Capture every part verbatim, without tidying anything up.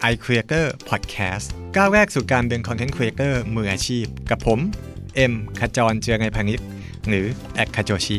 iCreator Podcast ก้าวแรกสู่การเป็น Content Creator มืออาชีพกับผมเอ็มขจรเจือไงพานิชหรือแอคคาโจชิ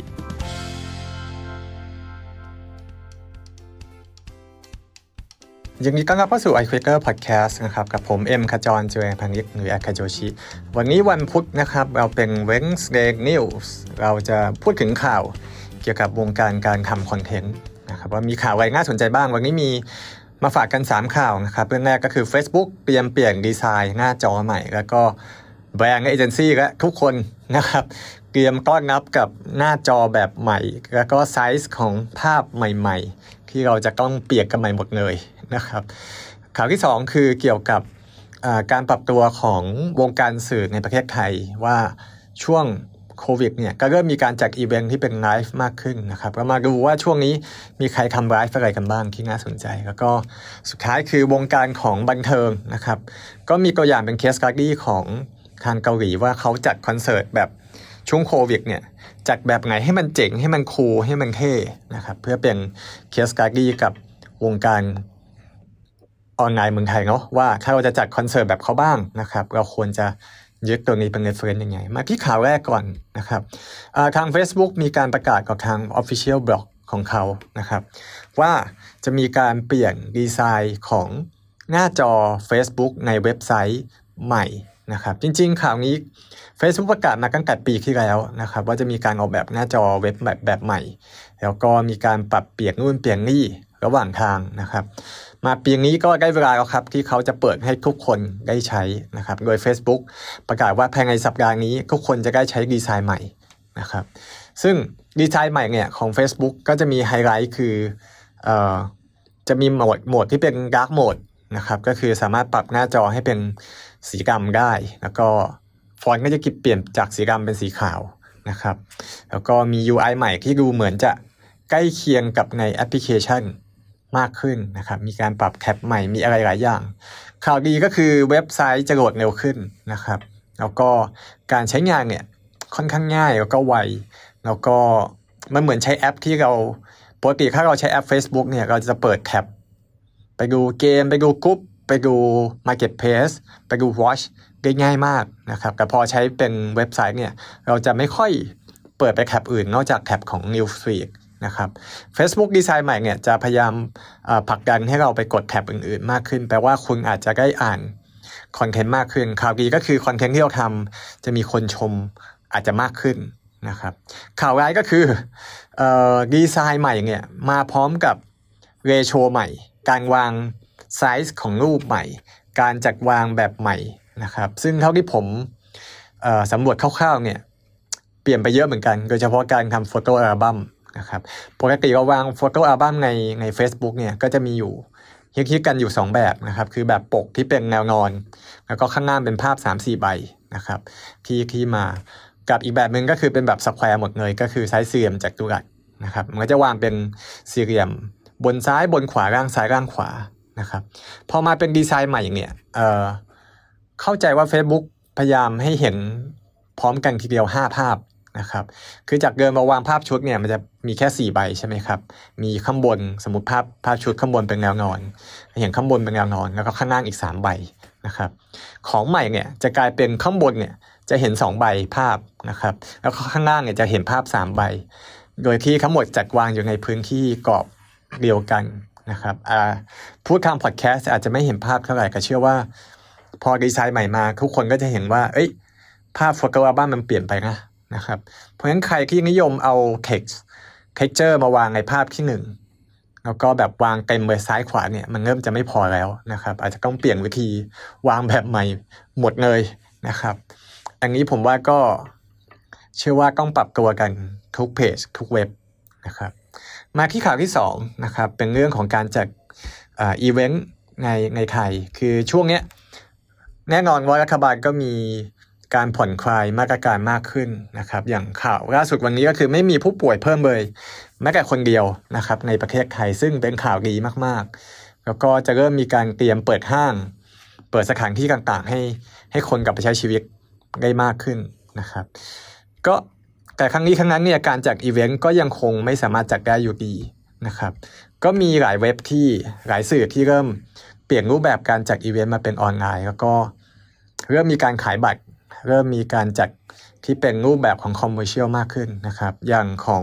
ยินดีต้อนรับเข้าสู่ iCreator Podcast นะครับกับผมเอ็มขจรเจือไงพานิชหรือแอคคาโจชิวันนี้วันพุธนะครับเราเป็น Wednesday News เราจะพูดถึงข่าวเกี่ยวกับวงการการทำคอนเทนต์นะครับว่ามีข่าวอะไรน่าสนใจบ้างวันนี้มีมาฝากกันสามข่าวนะครับเรื่องแรกก็คือ Facebook เตรียมเปลี่ยนดีไซน์หน้าจอใหม่แล้วก็แบรนด์และเอเจนซี่และทุกคนนะครับเตรียมต้อนรับกับหน้าจอแบบใหม่แล้วก็ไซส์ของภาพใหม่ๆที่เราจะต้องเปลี่ยนกันใหม่หมดเลยนะครับข่าวที่สองคือเกี่ยวกับการปรับตัวของวงการสื่อในประเทศไทยว่าช่วงโควิดเนี่ยก็เริ่มมีการจัดอีเวนท์ที่เป็นไลฟ์มากขึ้นนะครับก็มาดูว่าช่วงนี้มีใครทำไลฟ์อะไรกันบ้างที่น่าสนใจแล้วก็สุดท้ายคือวงการของบันเทิงนะครับก็มีตัวอย่างเป็นเคสสตั๊ดดี้ของทางเกาหลีว่าเขาจัดคอนเสิร์ตแบบช่วงโควิดเนี่ยจัดแบบไหนให้มันเจ๋งให้มันคูลให้มันเท่นะครับเพื่อเป็นเคสสตั๊ดดี้กับวงการออนไลน์เมืองไทยเนาะว่าถ้าเราจะจัดคอนเสิร์ตแบบเขาบ้างนะครับเราควรจะยึดตัวนี้เป็น reference ยังไงมาที่ข่าวแรกก่อนนะครับทาง Facebook มีการประกาศกับทาง Official Blog ของเขานะครับว่าจะมีการเปลี่ยนดีไซน์ของหน้าจอ Facebook ในเว็บไซต์ใหม่นะครับจริงๆข่าวนี้ Facebook ประกาศมาตั้งแต่ปีที่แล้วนะครับว่าจะมีการออกแบบหน้าจอเว็บแบบแบบใหม่แล้วก็มีการปรับเปลี่ยนนู่นเปลี่ยนนี่ระหว่างทางนะครับมาปีนี้ก็ได้เวลาแล้วครับที่เขาจะเปิดให้ทุกคนได้ใช้นะครับโดย Facebook ประกาศว่าภายในสัปดาห์นี้ทุกคนจะได้ใช้ดีไซน์ใหม่นะครับซึ่งดีไซน์ใหม่เนี่ยของ Facebook ก็จะมีไฮไลท์คือเอ่อจะมีโหมดโหมดที่เป็น Dark Mode นะครับก็คือสามารถปรับหน้าจอให้เป็นสีดำได้แล้วก็ฟอนต์ก็จะเปลี่ยนจากสีดำเป็นสีขาวนะครับแล้วก็มี ยู ไอ ใหม่ที่ดูเหมือนจะใกล้เคียงกับในแอปพลิเคชันมากขึ้นนะครับมีการปรับแท็บใหม่มีอะไรหลายอย่างข่าวดีก็คือเว็บไซต์จะโหลดเร็วขึ้นนะครับแล้วก็การใช้งานเนี่ยค่อนข้างง่ายแล้วก็ไวแล้วก็มันเหมือนใช้แอปที่เราปกติถ้าเราใช้แอป Facebook เนี่ยเราจะเปิดแท็บไปดูเกมไปดูกรุ๊ปไปดู Marketplace ไปดู Watch ได้ง่ายมากนะครับแต่พอใช้เป็นเว็บไซต์เนี่ยเราจะไม่ค่อยเปิดไปแท็บอื่นนอกจากแท็บของ Newsfeedนะครับ Facebook ดีไซน์ใหม่เนี่ยจะพยายามผลักดันให้เราไปกดแท็บอื่นๆมากขึ้นแปลว่าคุณอาจจะได้อ่านคอนเทนต์มากขึ้นข่าวดีก็คือคอนเทนต์ที่เราทำจะมีคนชมอาจจะมากขึ้นนะครับข่าวร้ายก็คือเอ่อดีไซน์ใหม่เนี่ยมาพร้อมกับเรโชใหม่การวางไซส์ของรูปใหม่การจัดวางแบบใหม่นะครับซึ่งเท่าที่ผมเอ่อสำรวจคร่าวๆเนี่ยเปลี่ยนไปเยอะเหมือนกันโดยเฉพาะการทำโฟโต้อัลบั้มนะครับปกติเราวางโฟโต้อัลบั้มในใน Facebook เนี่ยก็จะมีอยู่คิดๆกันอยู่สองแบบนะครับคือแบบปกที่เป็นแนวนอนแล้วก็ข้างหน้าเป็นภาพ สามสี่ ใบนะครับที่ที่มากับอีกแบบนึงก็คือเป็นแบบสแควร์หมดเลยก็คือไซส์สี่เหลี่ยมจัตุรัสนะครับมันก็จะวางเป็นสี่เหลี่ยมบนซ้ายบนขวาล่างซ้ายล่างขวานะครับพอมาเป็นดีไซน์ใหม่เนี่ยเอ่อเข้าใจว่า Facebook พยายามให้เห็นพร้อมกันทีเดียวห้าภาพนะครับคือจากเดิมมาวางภาพชุดเนี่ยมันจะมีแค่สี่ใบใช่ไหมครับมีข้างบนสมมุติภาพภาพชุดข้างบนเป็นแนวนอนเห็นข้างบนเป็นแนวนอนแล้วก็ข้างล่างอีกสามใบนะครับของใหม่เนี่ยจะกลายเป็นข้างบนเนี่ยจะเห็นสองใบภาพนะครับแล้วข้างล่างเนี่ยจะเห็นภาพสามใบโดยที่ทั้งหมดจัดวางอยู่ในพื้นที่กรอบเดียวกันนะครับอ่าพูดทางพอดแคสต์อาจจะไม่เห็นภาพเท่าไหร่ก็เชื่อว่าพอดีไซน์ใหม่มาทุกคนก็จะเห็นว่าเอ้ยภาพโฟโต้อัลบั้มมันเปลี่ยนไปนะนะครับเพราะฉะนั้นใครที่นิยมเอา text texture มาวางในภาพที่หนึ่งแล้วก็แบบวางเต็มไปซ้ายขวาเนี่ยมันเริ่มจะไม่พอแล้วนะครับอาจจะต้องเปลี่ยนวิธีวางแบบใหม่หมดเลยนะครับอันนี้ผมว่าก็เชื่อว่าต้องปรับตัวกันทุกเพจทุกเว็บนะครับมาที่ข่าวที่สองนะครับเป็นเรื่องของการจัดอ่าอีเวนต์ในในไทยคือช่วงเนี้ยแน่นอนว่ารัฐบาลก็มีการผ่อนคลายมาตรการมากขึ้นนะครับอย่างข่าวล่าสุดวันนี้ก็คือไม่มีผู้ป่วยเพิ่มเลยแม้แต่คนเดียวนะครับในประเทศไทยซึ่งเป็นข่าวดีมากๆแล้วก็จะเริ่มมีการเตรียมเปิดห้างเปิดสถานที่ต่างๆให้ให้คนกลับไปใช้ชีวิตได้มากขึ้นนะครับก็แต่ครั้งนี้ครั้งนั้นเนี่ยการจัดอีเวนต์ก็ยังคงไม่สามารถจัดได้อยู่ดีนะครับก็มีหลายเว็บที่หลายสื่อที่เริ่มเปลี่ยนรูปแบบการจัดอีเวนต์มาเป็นออนไลน์แล้วก็เริ่มมีการขายบัตรเริ่มมีการจัดที่เป็นรูปแบบของคอมเมอร์เชียลมากขึ้นนะครับอย่างของ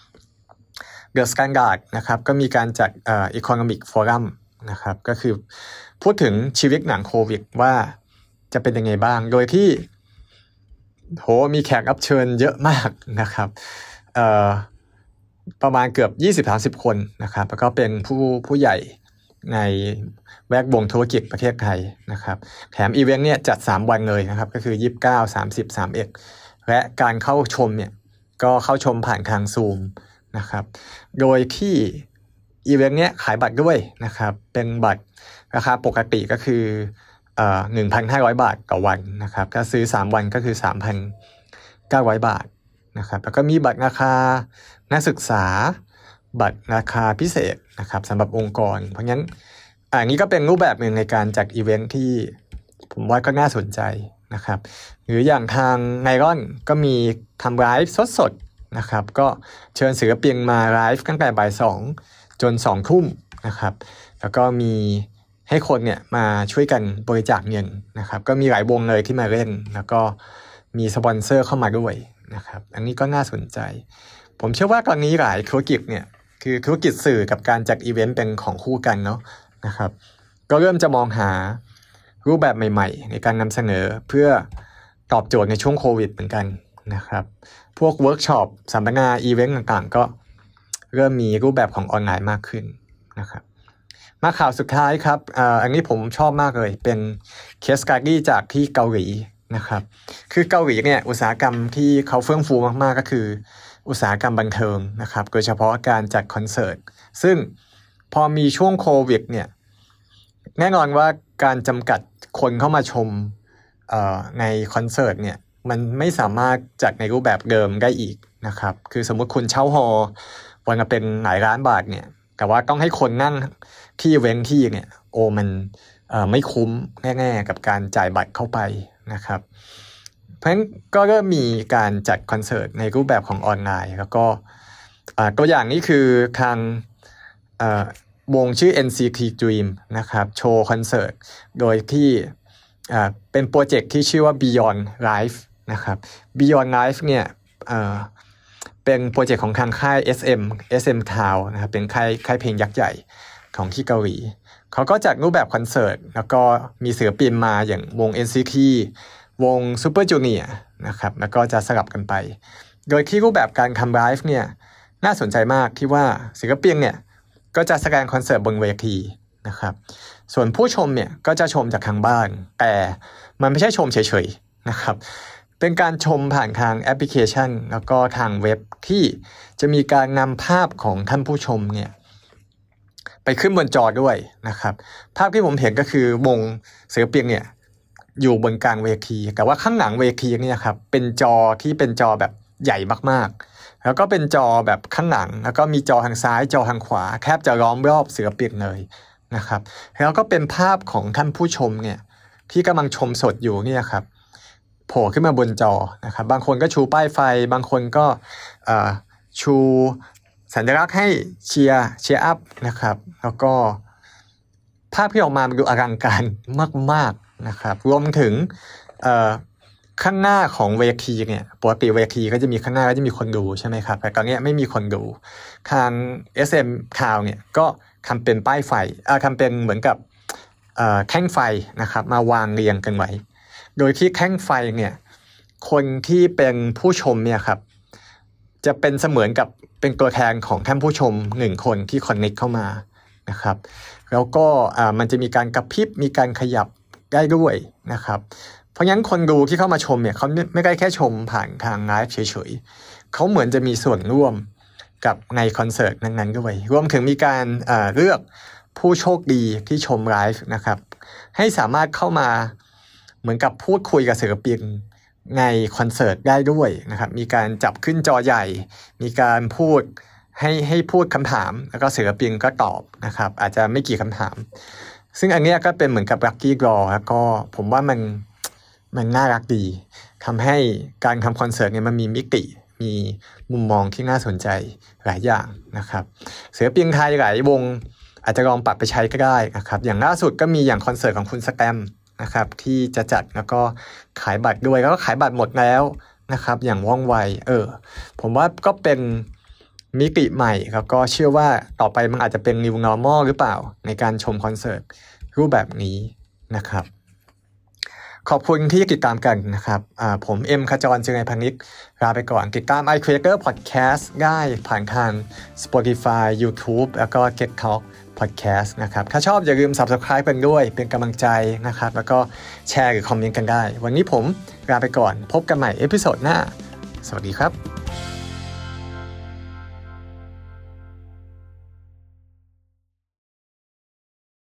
The Standard นะครับก็มีการจัดเอ่อ Economic Forum นะครับก็คือพูดถึงชีวิตหลังโควิดว่าจะเป็นยังไงบ้างโดยที่โหมีแขกรับเชิญเยอะมากนะครับเอ่อประมาณเกือบ ยี่สิบถึงสามสิบ คนนะครับแล้วก็เป็นผู้ผู้ใหญ่ในแวดวงธุรกิจประเทศไทยนะครับแถมอีเวนต์เนี่ยจัดสามวันเลยนะครับก็คือยี่สิบเก้า สามสิบ สามสิบเอ็ดและการเข้าชมเนี่ยก็เข้าชมผ่านทาง Zoom นะครับโดยที่อีเวนต์เนี้ยขายบัตรด้วยนะครับเป็นบัตรราคาปกติก็คือเอ่อ หนึ่งพันห้าร้อย บาทต่อวันนะครับถ้าซื้อสามวันก็คือ สามพันเก้าร้อย บาทนะครับแล้วก็มีบัตรราคานักศึกษาบัตรราคาพิเศษนะครับสำหรับองค์กรเพราะงั้นอันนี้ก็เป็นรูปแบบหนึ่งในการจัดอีเวนต์ที่ผมว่าก็น่าสนใจนะครับหรืออย่างทางไนรอนก็มีทำไลฟ์สดๆนะครับก็เชิญศิลปินมาไลฟ์ตั้งแต่บ่ายสองจนสองทุ่มนะครับแล้วก็มีให้คนเนี่ยมาช่วยกันบริจาคเงินนะครับก็มีหลายวงเลยที่มาเล่นแล้วก็มีสปอนเซอร์เข้ามาด้วยนะครับอันนี้ก็น่าสนใจผมเชื่อว่าตอนนี้หลายธุรกิจเนี่ยคือธุรกิจสื่อกับการจัดอีเวนต์เป็นของคู่กันเนาะนะครับก็เริ่มจะมองหารูปแบบใหม่ๆในการนำเสนอเพื่อตอบโจทย์ในช่วงโควิดเหมือนกันนะครับพวกเวิร์กช็อปสัมมนาอีเวนต์ต่างๆก็เริ่มมีรูปแบบของออนไลน์มากขึ้นนะครับมาข่าวสุดท้ายครับอ่าอันนี้ผมชอบมากเลยเป็นเคสการ์ดี้จากที่เกาหลีนะครับคือเกาหลีเนี่ยอุตสาหกรรมที่เขาเฟื่องฟูมากๆก็คืออุตสาหกรรมบันเทิงนะครับโดยเฉพาะการจัดคอนเสิร์ตซึ่งพอมีช่วงโควิดเนี่ยแน่นอนว่าการจำกัดคนเข้ามาชมเอ่อในคอนเสิร์ตเนี่ยมันไม่สามารถจัดในรูปแบบเดิมได้อีกนะครับคือสมมุติคุณเช่าฮอลล์วันละเป็นหลายล้านบาทเนี่ยแต่ว่าต้องให้คนนั่งที่เว้นที่เนี่ยโอ้มันเอ่อไม่คุ้มแน่ๆกับการจ่ายบัตรเข้าไปนะครับเพราะฉะนั้นก็เริ่มมีการจัดคอนเสิร์ตในรูปแบบของออนไลน์แล้วก็ตัวอย่างนี้คือทางวงชื่อ เอ็น ซี ที Dream นะครับโชว์คอนเสิร์ตโดยที่เป็นโปรเจกต์ที่ชื่อว่า Beyond Life นะครับ Beyond Life เนี่ยเป็นโปรเจกต์ของทางค่าย เอส เอ็ม เอส เอ็ม Town นะครับเป็นค่ายค่ายเพลงยักษ์ใหญ่ของที่เกาหลีเขาก็จัดรูปแบบคอนเสิร์ตแล้วก็มีศิลปินมาอย่างวง เอ็น ซี ที วง Super Junior นะครับแล้วก็จะสลับกันไปโดยที่รูปแบบการทำไลฟ์เนี่ยน่าสนใจมากที่ว่าศิลปินเนี่ยก็จะแสดงคอนเสิร์ตบนเวทีนะครับส่วนผู้ชมเนี่ยก็จะชมจากทางบ้านแต่มันไม่ใช่ชมเฉยๆนะครับเป็นการชมผ่านทางแอปพลิเคชันแล้วก็ทางเว็บที่จะมีการนำภาพของท่านผู้ชมเนี่ยไปขึ้นบนจอด้วยนะครับภาพที่ผมเห็นก็คือวงศิลปินเนี่ยอยู่บนกลางเวทีแต่ว่าข้างหลังเวทีเนี่ยครับเป็นจอที่เป็นจอแบบใหญ่มากๆแล้วก็เป็นจอแบบข้างหลังแล้วก็มีจอทางซ้ายจอทางขวาแทบจะล้อมรอบศิลปินเลยนะครับแล้วก็เป็นภาพของท่านผู้ชมเนี่ยที่กำลังชมสดอยู่เนี่ยครับโผล่ขึ้นมาบนจอนะครับบางคนก็ชูป้ายไฟบางคนก็ชูสัญลักษณ์ให้เชียร์เชียร์อัพนะครับแล้วก็ภาพที่ออกมามันดูอลังการมากๆนะครับรวมถึงข้างหน้าของเวทีเนี่ยปกติเวทีก็จะมีข้างหน้าก็จะมีคนดูใช่ไหมครับแต่ตอนนี้ไม่มีคนดูทาง เอส เอ็ม Town เนี่ยก็ทำเป็นป้ายไฟเอ่อทำเป็นเหมือนกับแท่งไฟนะครับมาวางเรียงกันไว้โดยที่แท่งไฟเนี่ยคนที่เป็นผู้ชมเนี่ยครับจะเป็นเสมือนกับเป็นตัวแทนของท่านผู้ชมหนึ่งคนที่คอนเนคเข้ามานะครับแล้วก็มันจะมีการกระพริบมีการขยับได้ด้วยนะครับเพราะงั้นคนดูที่เข้ามาชมเนี่ยเขาไม่ได้แค่ชมผ่านทางไลฟ์เฉยๆเขาเหมือนจะมีส่วนร่วมกับในคอนเสิร์ตนั้นๆด้วยรวมถึงมีการเลือกผู้โชคดีที่ชมไลฟ์นะครับให้สามารถเข้ามาเหมือนกับพูดคุยกับศิลปินในคอนเสิร์ตได้ด้วยนะครับมีการจับขึ้นจอใหญ่มีการพูดให้ให้พูดคำถามแล้วก็ศิลปินก็ตอบนะครับอาจจะไม่กี่คำถามซึ่งอันนี้ก็เป็นเหมือนกับลัคกี้ดรอแล้วก็ผมว่ามันมันน่ารักดีทำให้การทำคอนเสิร์ตเนี่ยมันมีมิติมีมุมมองที่น่าสนใจหลายอย่างนะครับศิลปินไทยหลายวงอาจจะลองปรับไปใช้ก็ได้นะครับอย่างล่าสุดก็มีอย่างคอนเสิร์ตของคุณสแตมนะครับที่จะจัดแล้วก็ขายบัตรด้วยแล้วก็ขายบัตรหมดแล้วนะครับอย่างว่องไวเออผมว่าก็เป็นมิติใหม่ครับก็เชื่อว่าต่อไปมันอาจจะเป็น new normal หรือเปล่าในการชมคอนเสิร์ตรูปแบบนี้นะครับขอบคุณที่ติดตามกันนะครับผมเอ็มขจร จึงไอพานิชลาไปก่อนติดตาม iCreator Podcast ได้ผ่านทาง Spotify YouTube แล้วก็ Get Talk Podcast นะครับถ้าชอบอย่าลืม Subscribe กันด้วยเป็นกำลังใจนะครับแล้วก็แชร์หรือคอมเมนต์กันได้วันนี้ผมลาไปก่อนพบกันใหม่เอพิโซดหน้าสวัสดีครับ